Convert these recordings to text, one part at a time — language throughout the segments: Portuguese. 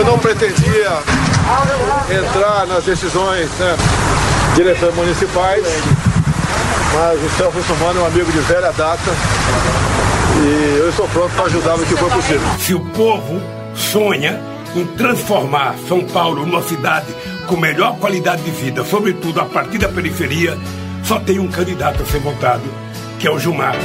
Eu não pretendia entrar nas decisões, direções municipais, mas o Celso Russomano é um amigo de velha data e eu estou pronto para ajudar no que for possível. Se o povo sonha em transformar São Paulo numa cidade com melhor qualidade de vida, sobretudo a partir da periferia, só tem um candidato a ser votado, que é o Gilmar.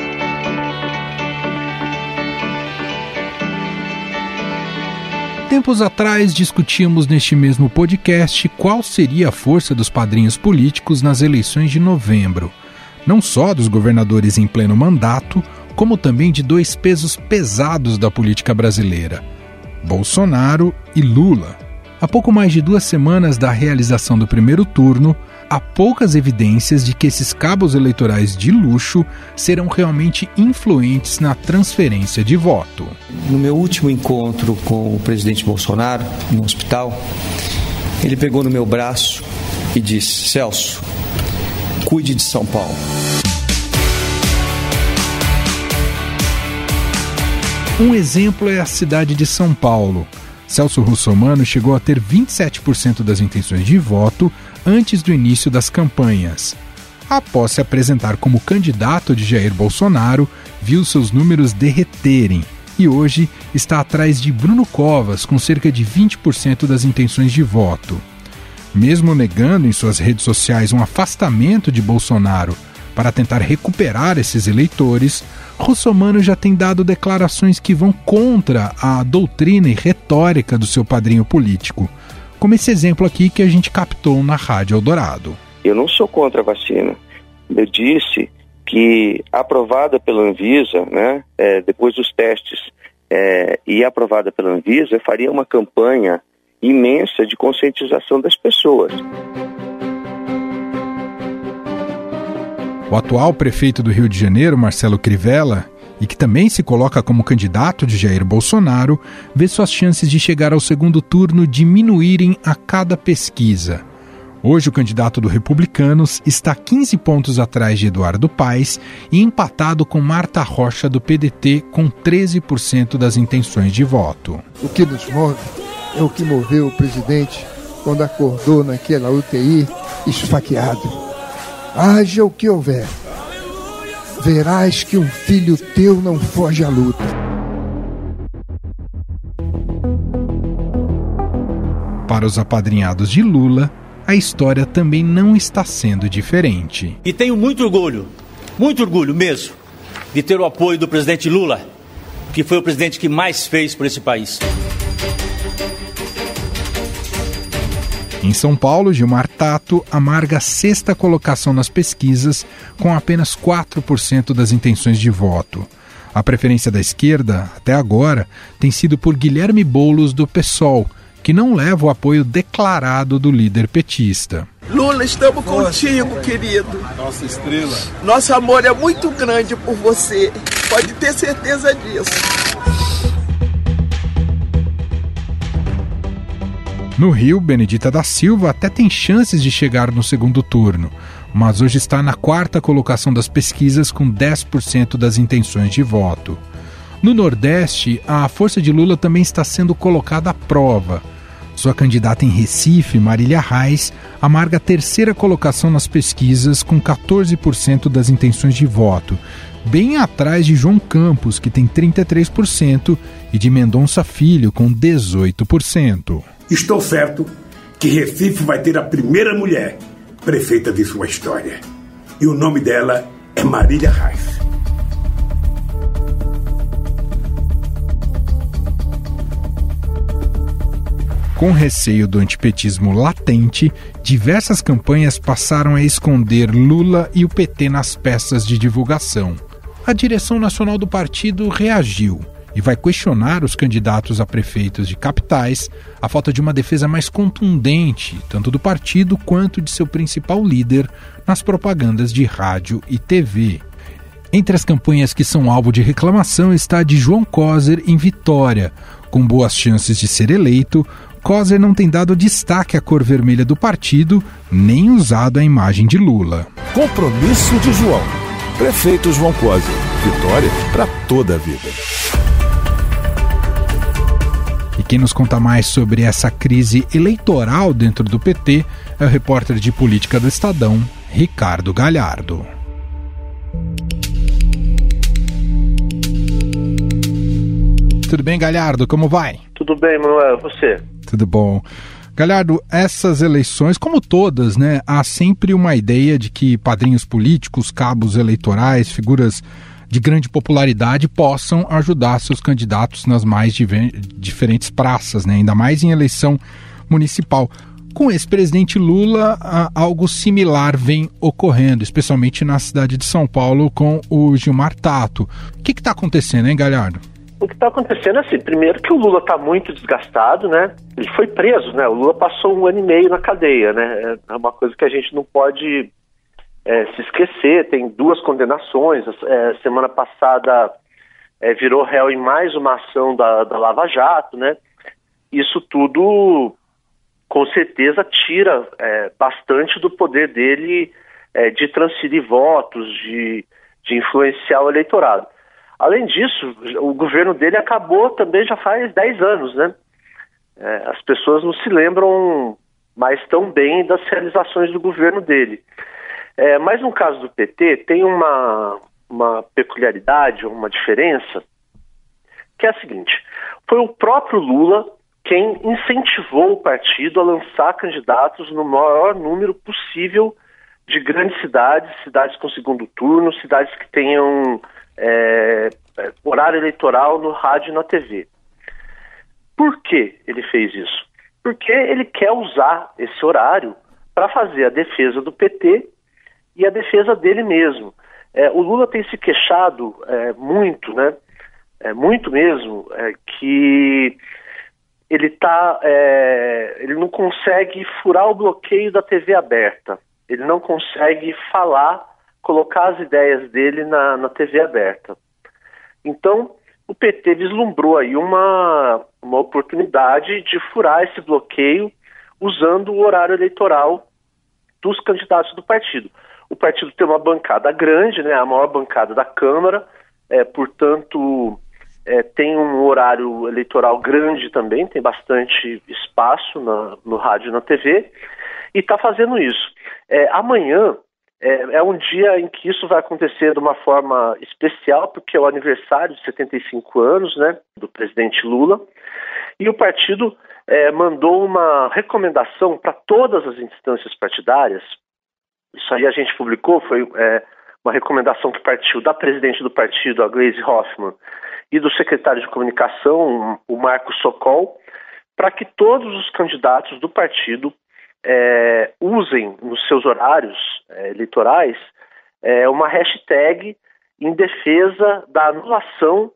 Tempos atrás, discutíamos neste mesmo podcast qual seria a força dos padrinhos políticos nas eleições de novembro. Não só dos governadores em pleno mandato, como também de dois pesos pesados da política brasileira: Bolsonaro e Lula. Há pouco mais de 2 semanas da realização do primeiro turno, há poucas evidências de que esses cabos eleitorais de luxo serão realmente influentes na transferência de voto. No meu último encontro com o presidente Bolsonaro, no hospital, ele pegou no meu braço e disse: Celso, cuide de São Paulo. Um exemplo é a cidade de São Paulo. Celso Russomano chegou a ter 27% das intenções de voto antes do início das campanhas. Após se apresentar como candidato de Jair Bolsonaro, viu seus números derreterem e hoje está atrás de Bruno Covas, com cerca de 20% das intenções de voto. Mesmo negando em suas redes sociais um afastamento de Bolsonaro para tentar recuperar esses eleitores, Russomano já tem dado declarações que vão contra a doutrina e retórica do seu padrinho político, como esse exemplo aqui que a gente captou na Rádio Eldorado. Eu não sou contra a vacina. Eu disse que aprovada pela Anvisa, depois dos testes, e aprovada pela Anvisa, faria uma campanha imensa de conscientização das pessoas. O atual prefeito do Rio de Janeiro, Marcelo Crivella, e que também se coloca como candidato de Jair Bolsonaro, vê suas chances de chegar ao segundo turno diminuírem a cada pesquisa. Hoje, o candidato do Republicanos está 15 pontos atrás de Eduardo Paes e empatado com Marta Rocha, do PDT, com 13% das intenções de voto. O que nos move é o que moveu o presidente quando acordou naquela UTI esfaqueado. Haja o que houver, verás que um filho teu não foge à luta. Para os apadrinhados de Lula, a história também não está sendo diferente. E tenho muito orgulho mesmo, de ter o apoio do presidente Lula, que foi o presidente que mais fez por esse país. Em São Paulo, Gilmar Tato amarga a 6ª colocação nas pesquisas, com apenas 4% das intenções de voto. A preferência da esquerda, até agora, tem sido por Guilherme Boulos, do PSOL, que não leva o apoio declarado do líder petista. Lula, estamos contigo, querido. Nossa estrela. Nosso amor é muito grande por você. Pode ter certeza disso. No Rio, Benedita da Silva até tem chances de chegar no segundo turno, mas hoje está na 4ª colocação das pesquisas com 10% das intenções de voto. No Nordeste, a força de Lula também está sendo colocada à prova. Sua candidata em Recife, Marília Reis, amarga a 3ª colocação nas pesquisas com 14% das intenções de voto, bem atrás de João Campos, que tem 33%, e de Mendonça Filho, com 18%. Estou certo que Recife vai ter a primeira mulher prefeita de sua história. E o nome dela é Marília Reis. Com receio do antipetismo latente, diversas campanhas passaram a esconder Lula e o PT nas peças de divulgação. A direção nacional do partido reagiu e vai questionar os candidatos a prefeitos de capitais a falta de uma defesa mais contundente, tanto do partido quanto de seu principal líder, nas propagandas de rádio e TV. Entre as campanhas que são alvo de reclamação está a de João Coser em Vitória. Com boas chances de ser eleito, Coser não tem dado destaque à cor vermelha do partido, nem usado a imagem de Lula. Compromisso de João. Prefeito João Coser. Vitória para toda a vida. quem nos conta mais sobre essa crise eleitoral dentro do PT é o repórter de política do Estadão, Ricardo Galhardo. Tudo bem, Galhardo? Como vai? Tudo bem, Manuel. Você? Tudo bom. Galhardo, essas eleições, como todas, né, há sempre uma ideia de que padrinhos políticos, cabos eleitorais, figuras de grande popularidade possam ajudar seus candidatos nas mais diferentes praças, né, ainda mais em eleição municipal. Com esse presidente Lula, algo similar vem ocorrendo, especialmente na cidade de São Paulo com o Gilmar Tato. O que está acontecendo, hein, Galhardo? O que está acontecendo é assim, primeiro que o Lula está muito desgastado, né? Ele foi preso, né? O Lula passou 1 ano e meio na cadeia, né? É uma coisa que a gente não pode se esquecer. Tem 2 condenações. Semana passada virou réu em mais uma ação da Lava Jato, né? Isso tudo, com certeza, tira bastante do poder dele de transferir votos, de influenciar o eleitorado. Além disso, o governo dele acabou também já faz 10 anos, né? As pessoas não se lembram mais tão bem das realizações do governo dele. Mas no caso do PT, tem uma peculiaridade, uma diferença, que é a seguinte: foi o próprio Lula quem incentivou o partido a lançar candidatos no maior número possível de grandes cidades, cidades com segundo turno, cidades que tenham horário eleitoral no rádio e na TV. Por que ele fez isso? Porque ele quer usar esse horário para fazer a defesa do PT e a defesa dele mesmo. O Lula tem se queixado muito, né? Muito mesmo, que ele não consegue furar o bloqueio da TV aberta. Ele não consegue colocar as ideias dele na TV aberta. Então, o PT vislumbrou aí uma oportunidade de furar esse bloqueio usando o horário eleitoral dos candidatos do partido. O partido tem uma bancada grande, né, a maior bancada da Câmara, portanto, tem um horário eleitoral grande também, tem bastante espaço no rádio e na TV, e está fazendo isso. Amanhã é um dia em que isso vai acontecer de uma forma especial, porque é o aniversário de 75 anos, né, do presidente Lula, e o partido mandou uma recomendação para todas as instâncias partidárias. Isso aí a gente publicou, foi uma recomendação que partiu da presidente do partido, a Gleisi Hoffmann, e do secretário de comunicação, o Marco Sokol, para que todos os candidatos do partido usem nos seus horários eleitorais uma hashtag em defesa da anulação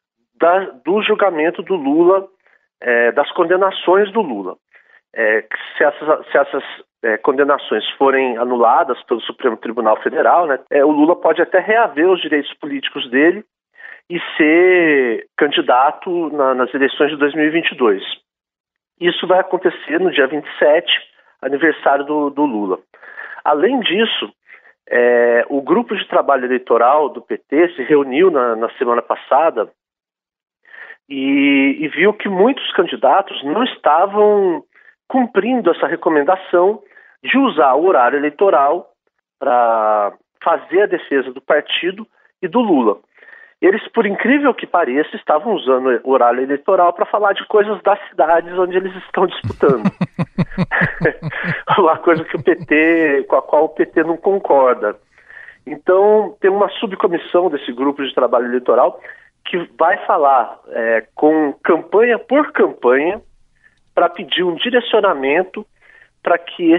do julgamento do Lula, das condenações do Lula. Se essas condenações forem anuladas pelo Supremo Tribunal Federal, né, o Lula pode até reaver os direitos políticos dele e ser candidato nas eleições de 2022. Isso vai acontecer no dia 27, aniversário do Lula. Além disso, o grupo de trabalho eleitoral do PT se reuniu na semana passada e viu que muitos candidatos não estavam cumprindo essa recomendação de usar o horário eleitoral para fazer a defesa do partido e do Lula. Eles, por incrível que pareça, estavam usando o horário eleitoral para falar de coisas das cidades onde eles estão disputando. Uma coisa com a qual o PT não concorda. Então, tem uma subcomissão desse grupo de trabalho eleitoral que vai falar com campanha por campanha para pedir um direcionamento para que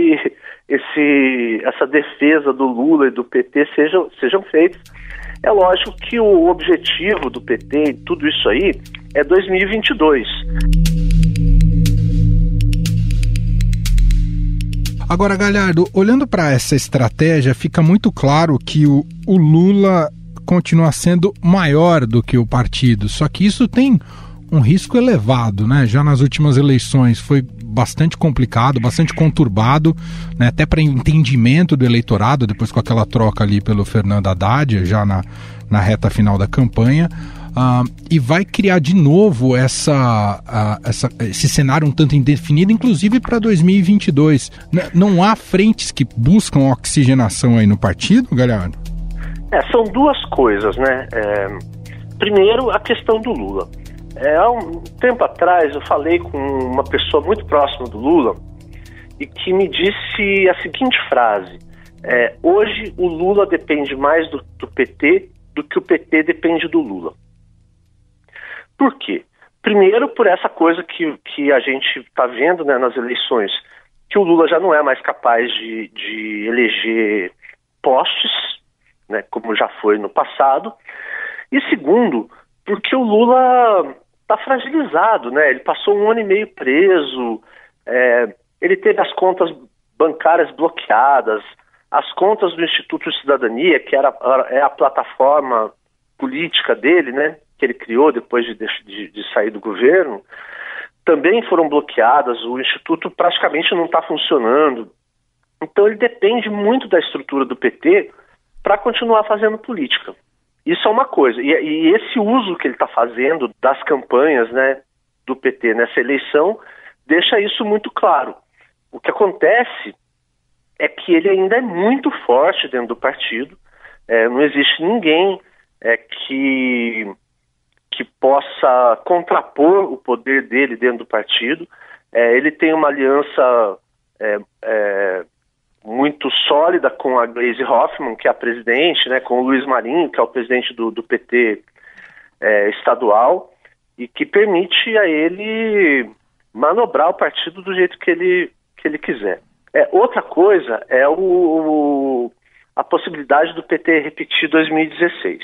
essa defesa do Lula e do PT sejam feitas. É lógico que o objetivo do PT e tudo isso aí é 2022. Agora, Galhardo, olhando para essa estratégia, fica muito claro que o Lula continua sendo maior do que o partido, só que isso tem um risco elevado, né? Já nas últimas eleições foi bastante complicado, bastante conturbado, né? Até para entendimento do eleitorado, depois com aquela troca ali pelo Fernando Haddad, já na reta final da campanha. e vai criar de novo esse cenário um tanto indefinido, inclusive para 2022. Não há frentes que buscam oxigenação aí no partido, Galhardo? São duas coisas, né? Primeiro, a questão do Lula. Há um tempo atrás eu falei com uma pessoa muito próxima do Lula e que me disse a seguinte frase: hoje o Lula depende mais do PT do que o PT depende do Lula. Por quê? Primeiro, por essa coisa que a gente está vendo, né, nas eleições, que o Lula já não é mais capaz de eleger postes, né, como já foi no passado. E segundo, porque o Lula está fragilizado, né? Ele passou 1 ano e meio preso, ele teve as contas bancárias bloqueadas, as contas do Instituto de Cidadania, que é a plataforma política dele, né, que ele criou depois de sair do governo, também foram bloqueadas. O Instituto praticamente não está funcionando. Então ele depende muito da estrutura do PT para continuar fazendo política. Isso é uma coisa. E esse uso que ele está fazendo das campanhas, né, do PT nessa eleição deixa isso muito claro. O que acontece é que ele ainda é muito forte dentro do partido. Não existe ninguém que possa contrapor o poder dele dentro do partido. Ele tem uma aliança muito sólida com a Gleisi Hoffmann, que é a presidente, né, com o Luiz Marinho, que é o presidente do PT estadual, e que permite a ele manobrar o partido do jeito que ele quiser. Outra coisa é a possibilidade do PT repetir 2016.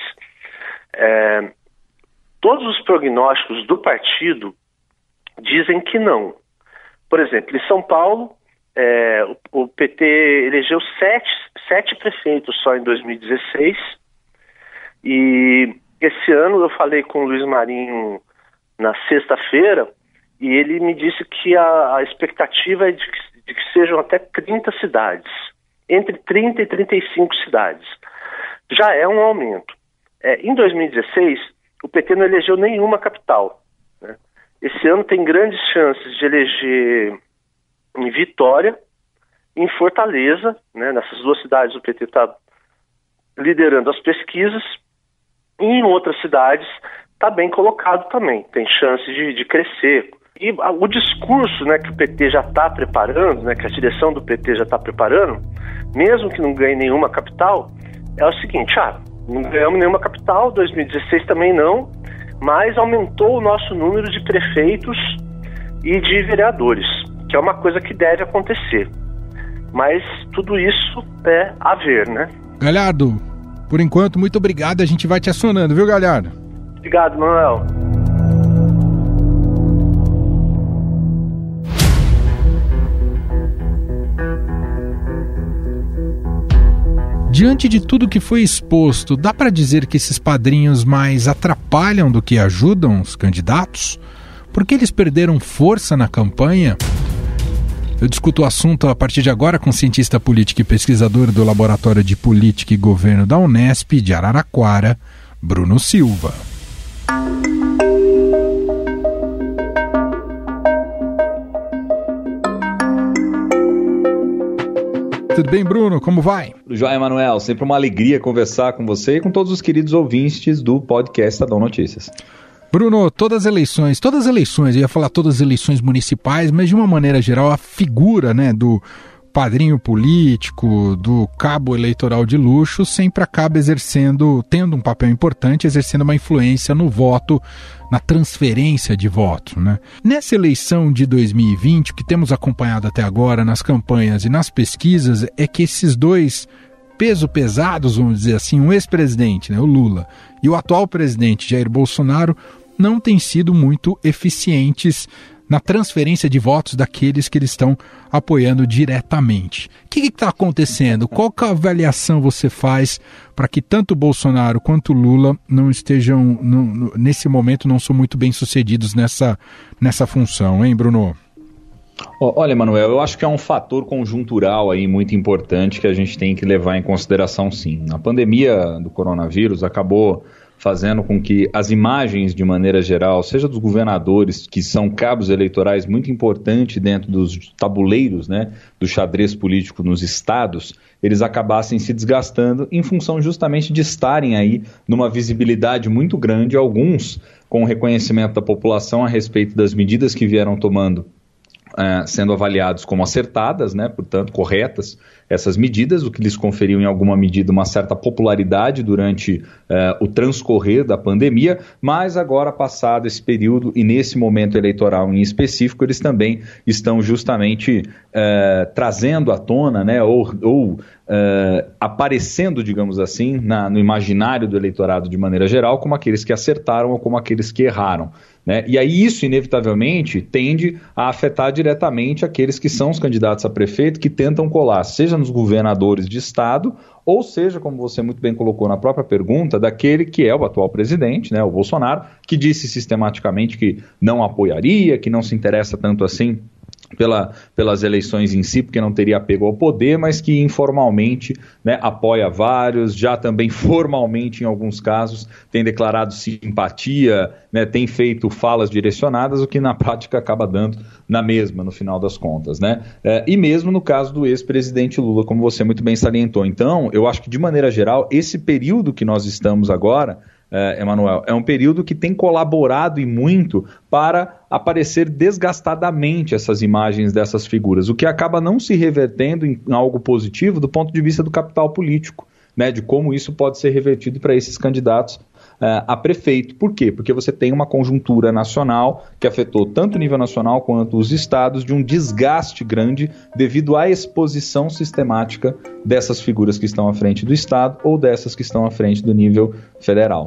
Todos os prognósticos do partido dizem que não. Por exemplo, em São Paulo, o PT elegeu 7 prefeitos só em 2016, e esse ano eu falei com o Luiz Marinho na sexta-feira, e ele me disse que a expectativa é de que sejam até 30 cidades, entre 30 e 35 cidades. Já é um aumento. Em 2016, o PT não elegeu nenhuma capital, né? Esse ano tem grandes chances de eleger em Vitória, em Fortaleza, né? Nessas 2 cidades o PT está liderando as pesquisas, e em outras cidades está bem colocado também, tem chance de crescer. E o discurso, né, que o PT já está preparando, né, que a direção do PT já está preparando, mesmo que não ganhe nenhuma capital, é o seguinte: não ganhamos nenhuma capital, 2016 também não, mas aumentou o nosso número de prefeitos e de vereadores, que é uma coisa que deve acontecer. Mas tudo isso é a ver, né? Galhardo, por enquanto, muito obrigado. A gente vai te acionando, viu, Galhardo? Obrigado, Manuel. Diante de tudo que foi exposto, dá para dizer que esses padrinhos mais atrapalham do que ajudam os candidatos? Porque eles perderam força na campanha? Eu discuto o assunto a partir de agora com o cientista político e pesquisador do Laboratório de Política e Governo da Unesp de Araraquara, Bruno Silva. Tudo bem, Bruno? Como vai? Joia, Emanuel. Sempre uma alegria conversar com você e com todos os queridos ouvintes do podcast Estadão Notícias. Bruno, todas as eleições, eu ia falar todas as eleições municipais, mas de uma maneira geral a figura, né, do padrinho político, do cabo eleitoral de luxo, sempre acaba tendo um papel importante, exercendo uma influência no voto, na transferência de voto, né? Nessa eleição de 2020, o que temos acompanhado até agora nas campanhas e nas pesquisas é que esses dois pesados, vamos dizer assim, um ex-presidente, né, o Lula, e o atual presidente Jair Bolsonaro, não têm sido muito eficientes na transferência de votos daqueles que eles estão apoiando diretamente. O que está acontecendo? Qual que a avaliação você faz para que tanto Bolsonaro quanto Lula não estejam, nesse momento, não são muito bem sucedidos nessa função, hein, Bruno? Olha, Manuel, eu acho que é um fator conjuntural aí muito importante que a gente tem que levar em consideração, sim. A pandemia do coronavírus acabou fazendo com que as imagens, de maneira geral, seja dos governadores, que são cabos eleitorais muito importantes dentro dos tabuleiros, né, do xadrez político nos estados, eles acabassem se desgastando em função justamente de estarem aí numa visibilidade muito grande, alguns com o reconhecimento da população a respeito das medidas que vieram tomando, sendo avaliados como acertadas, né, portanto, corretas essas medidas, o que lhes conferiu em alguma medida uma certa popularidade durante o transcorrer da pandemia, mas agora passado esse período e nesse momento eleitoral em específico, eles também estão justamente trazendo à tona, né, ou aparecendo, digamos assim, no imaginário do eleitorado de maneira geral, como aqueles que acertaram ou como aqueles que erraram, né? E aí isso, inevitavelmente, tende a afetar diretamente aqueles que são os candidatos a prefeito que tentam colar, seja nos governadores de estado, ou seja, como você muito bem colocou na própria pergunta, daquele que é o atual presidente, né, o Bolsonaro, que disse sistematicamente que não apoiaria, que não se interessa tanto assim pelas eleições em si, porque não teria apego ao poder, mas que informalmente, né, apoia vários, já também formalmente em alguns casos tem declarado simpatia, né, tem feito falas direcionadas, o que na prática acaba dando na mesma, no final das contas, né? E mesmo no caso do ex-presidente Lula, como você muito bem salientou. Então, eu acho que de maneira geral, esse período que nós estamos agora, Emanuel, é um período que tem colaborado e muito para aparecer desgastadamente essas imagens dessas figuras, o que acaba não se revertendo em algo positivo do ponto de vista do capital político, né, de como isso pode ser revertido para esses candidatos a prefeito. Por quê? Porque você tem uma conjuntura nacional que afetou tanto o nível nacional quanto os estados de um desgaste grande devido à exposição sistemática dessas figuras que estão à frente do estado ou dessas que estão à frente do nível federal.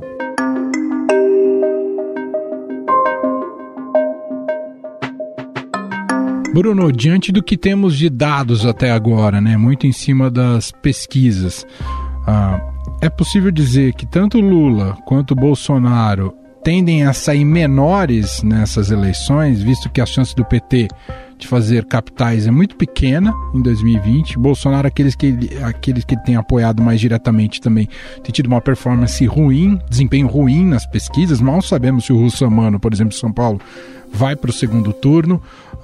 Bruno, diante do que temos de dados até agora, né, muito em cima das pesquisas, é possível dizer que tanto Lula quanto Bolsonaro tendem a sair menores nessas eleições, visto que a chance do PT de fazer capitais é muito pequena em 2020. Bolsonaro, aqueles que ele tem apoiado mais diretamente também, tem tido uma performance ruim, desempenho ruim nas pesquisas. Mal sabemos se o Russomano, por exemplo, de São Paulo, vai para o segundo turno.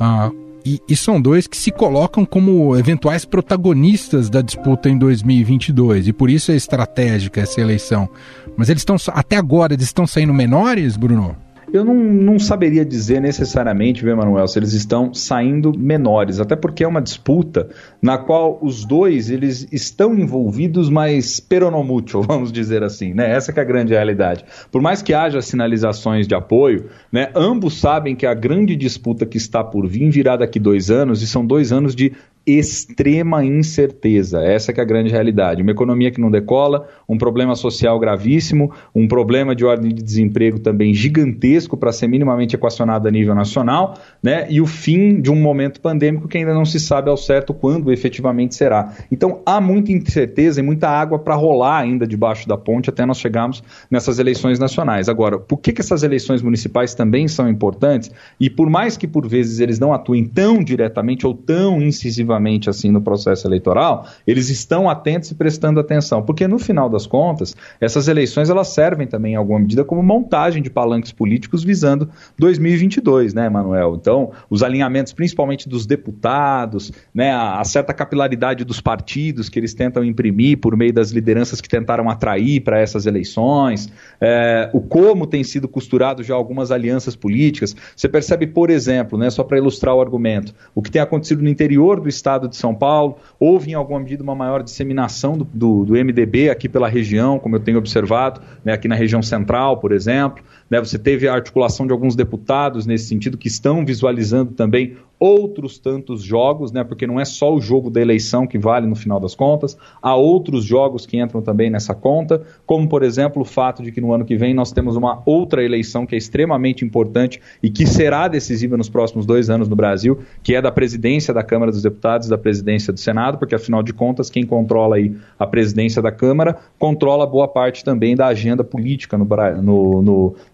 E são dois que se colocam como eventuais protagonistas da disputa em 2022, e por isso é estratégica essa eleição. Mas até agora, eles estão saindo menores, Bruno? Eu não saberia dizer necessariamente, viu, Emanuel, se eles estão saindo menores, até porque é uma disputa na qual os dois eles estão envolvidos, mas peronomútil, vamos dizer assim, né? Essa que é a grande realidade. Por mais que haja sinalizações de apoio, né, ambos sabem que a grande disputa que está por vir virá daqui 2 anos, e são 2 anos de extrema incerteza. Essa que é a grande realidade. Uma economia que não decola, um problema social gravíssimo, um problema de ordem de desemprego também gigantesco para ser minimamente equacionado a nível nacional, né? E o fim de um momento pandêmico que ainda não se sabe ao certo quando efetivamente será. Então há muita incerteza e muita água para rolar ainda debaixo da ponte até nós chegarmos nessas eleições nacionais. Agora, por que essas eleições municipais também são importantes? E por mais que por vezes eles não atuem tão diretamente ou tão incisivamente assim no processo eleitoral, eles estão atentos e prestando atenção, porque no final das contas, essas eleições elas servem também em alguma medida como montagem de palanques políticos visando 2022, né, Manuel? Então, os alinhamentos principalmente dos deputados, né, a certa capilaridade dos partidos que eles tentam imprimir por meio das lideranças que tentaram atrair para essas eleições, o como tem sido costurado já algumas alianças políticas. Você percebe, por exemplo, né, só para ilustrar o argumento, o que tem acontecido no interior do estado de São Paulo, houve em alguma medida uma maior disseminação do MDB aqui pela região, como eu tenho observado, né, aqui na região central, por exemplo, né, você teve a articulação de alguns deputados nesse sentido que estão visualizando também outros tantos jogos, né, porque não é só o jogo da eleição que vale no final das contas, há outros jogos que entram também nessa conta, como por exemplo o fato de que no ano que vem nós temos uma outra eleição que é extremamente importante e que será decisiva nos próximos 2 anos no Brasil, que é da presidência da Câmara dos Deputados e da presidência do Senado, porque afinal de contas quem controla aí a presidência da Câmara controla boa parte também da agenda política no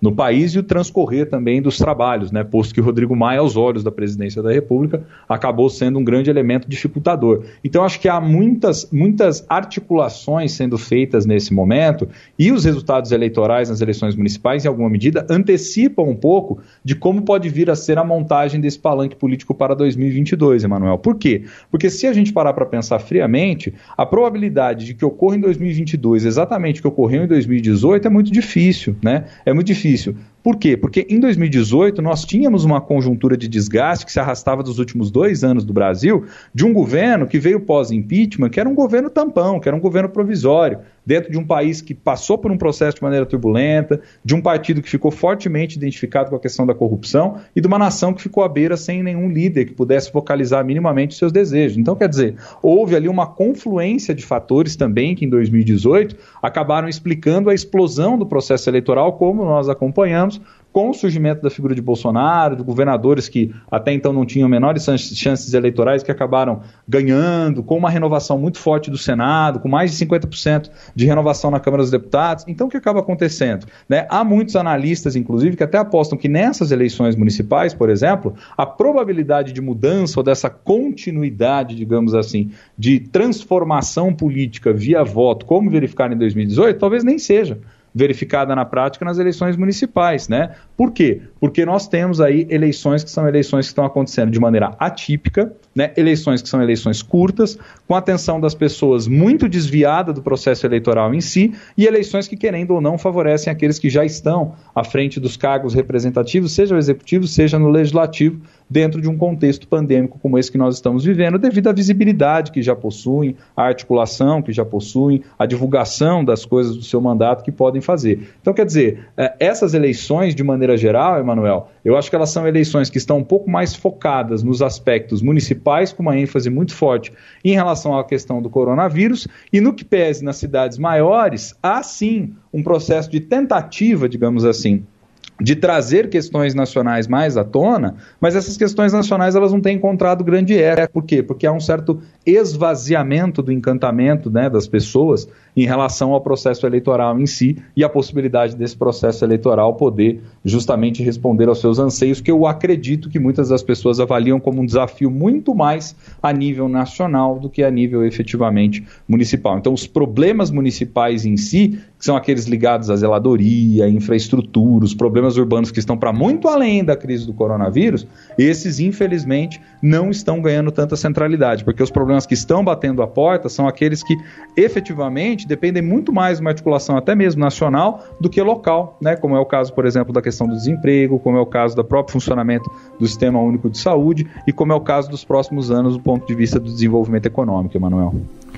no país e o transcorrer também dos trabalhos, né? Posto que Rodrigo Maia, aos olhos da presidência da República, acabou sendo um grande elemento dificultador. Então, acho que há muitas articulações sendo feitas nesse momento, e os resultados eleitorais nas eleições municipais, em alguma medida, antecipam um pouco de como pode vir a ser a montagem desse palanque político para 2022, Emanuel. Por quê? Porque se a gente parar para pensar friamente, a probabilidade de que ocorra em 2022 exatamente o que ocorreu em 2018 é muito difícil, né? É muito difícil. Por quê? Porque em 2018 nós tínhamos uma conjuntura de desgaste que se arrastava dos últimos 2 anos do Brasil, de um governo que veio pós-impeachment, que era um governo tampão, que era um governo provisório, dentro de um país que passou por um processo de maneira turbulenta, de um partido que ficou fortemente identificado com a questão da corrupção e de uma nação que ficou à beira sem nenhum líder que pudesse focalizar minimamente os seus desejos. Então, quer dizer, houve ali uma confluência de fatores também que em 2018 acabaram explicando a explosão do processo eleitoral como nós acompanhamos, com o surgimento da figura de Bolsonaro, de governadores que até então não tinham menores chances eleitorais, que acabaram ganhando, com uma renovação muito forte do Senado, com mais de 50% de renovação na Câmara dos Deputados. Então, o que acaba acontecendo? Né? Há muitos analistas, inclusive, que até apostam que nessas eleições municipais, por exemplo, a probabilidade de mudança ou dessa continuidade, digamos assim, de transformação política via voto, como verificar em 2018, talvez nem seja verificada na prática nas eleições municipais, né? Por quê? Porque nós temos aí eleições que são eleições que estão acontecendo de maneira atípica, né? Eleições que são eleições curtas, com a atenção das pessoas muito desviada do processo eleitoral em si, e eleições que, querendo ou não, favorecem aqueles que já estão à frente dos cargos representativos, seja o executivo, seja no legislativo, dentro de um contexto pandêmico como esse que nós estamos vivendo, devido à visibilidade que já possuem, à articulação que já possuem, à divulgação das coisas do seu mandato que podem fazer. Então, quer dizer, essas eleições, de maneira geral, Emanuel, eu acho que elas são eleições que estão um pouco mais focadas nos aspectos municipais, com uma ênfase muito forte em relação à questão do coronavírus, e no que pese nas cidades maiores, há sim um processo de tentativa, digamos assim, de trazer questões nacionais mais à tona, mas essas questões nacionais elas não têm encontrado grande eco. Por quê? Porque há um certo esvaziamento do encantamento, né, das pessoas em relação ao processo eleitoral em si e a possibilidade desse processo eleitoral poder justamente responder aos seus anseios, que eu acredito que muitas das pessoas avaliam como um desafio muito mais a nível nacional do que a nível efetivamente municipal. Então, os problemas municipais em si, que são aqueles ligados à zeladoria, à infraestrutura, os problemas urbanos que estão para muito além da crise do coronavírus, esses, infelizmente, não estão ganhando tanta centralidade, porque os problemas que estão batendo a porta são aqueles que, efetivamente, dependem muito mais de uma articulação até mesmo nacional do que local, né? Como é o caso, por exemplo, da questão do desemprego, como é o caso do próprio funcionamento do Sistema Único de Saúde e como é o caso dos próximos anos do ponto de vista do desenvolvimento econômico, Emanuel.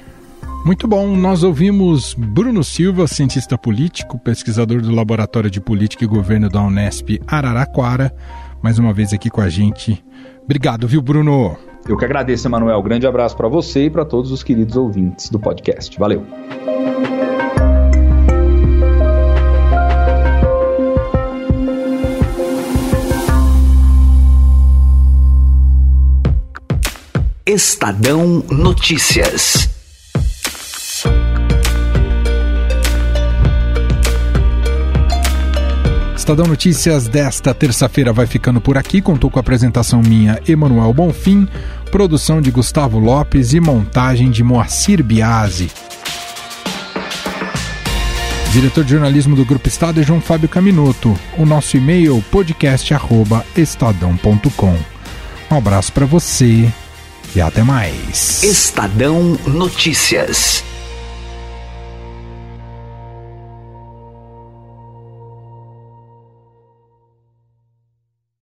Muito bom, nós ouvimos Bruno Silva, cientista político, pesquisador do Laboratório de Política e Governo da Unesp Araraquara, mais uma vez aqui com a gente. Obrigado, viu, Bruno? Eu que agradeço, Emanuel. Grande abraço para você e para todos os queridos ouvintes do podcast. Valeu. Estadão Notícias. Estadão Notícias desta terça-feira vai ficando por aqui. Contou com a apresentação minha, Emanuel Bonfim, produção de Gustavo Lopes e montagem de Moacir Biasi. Diretor de jornalismo do Grupo Estado é João Fábio Caminoto. O nosso e-mail podcast@estadão.com. Um abraço para você e até mais. Estadão Notícias.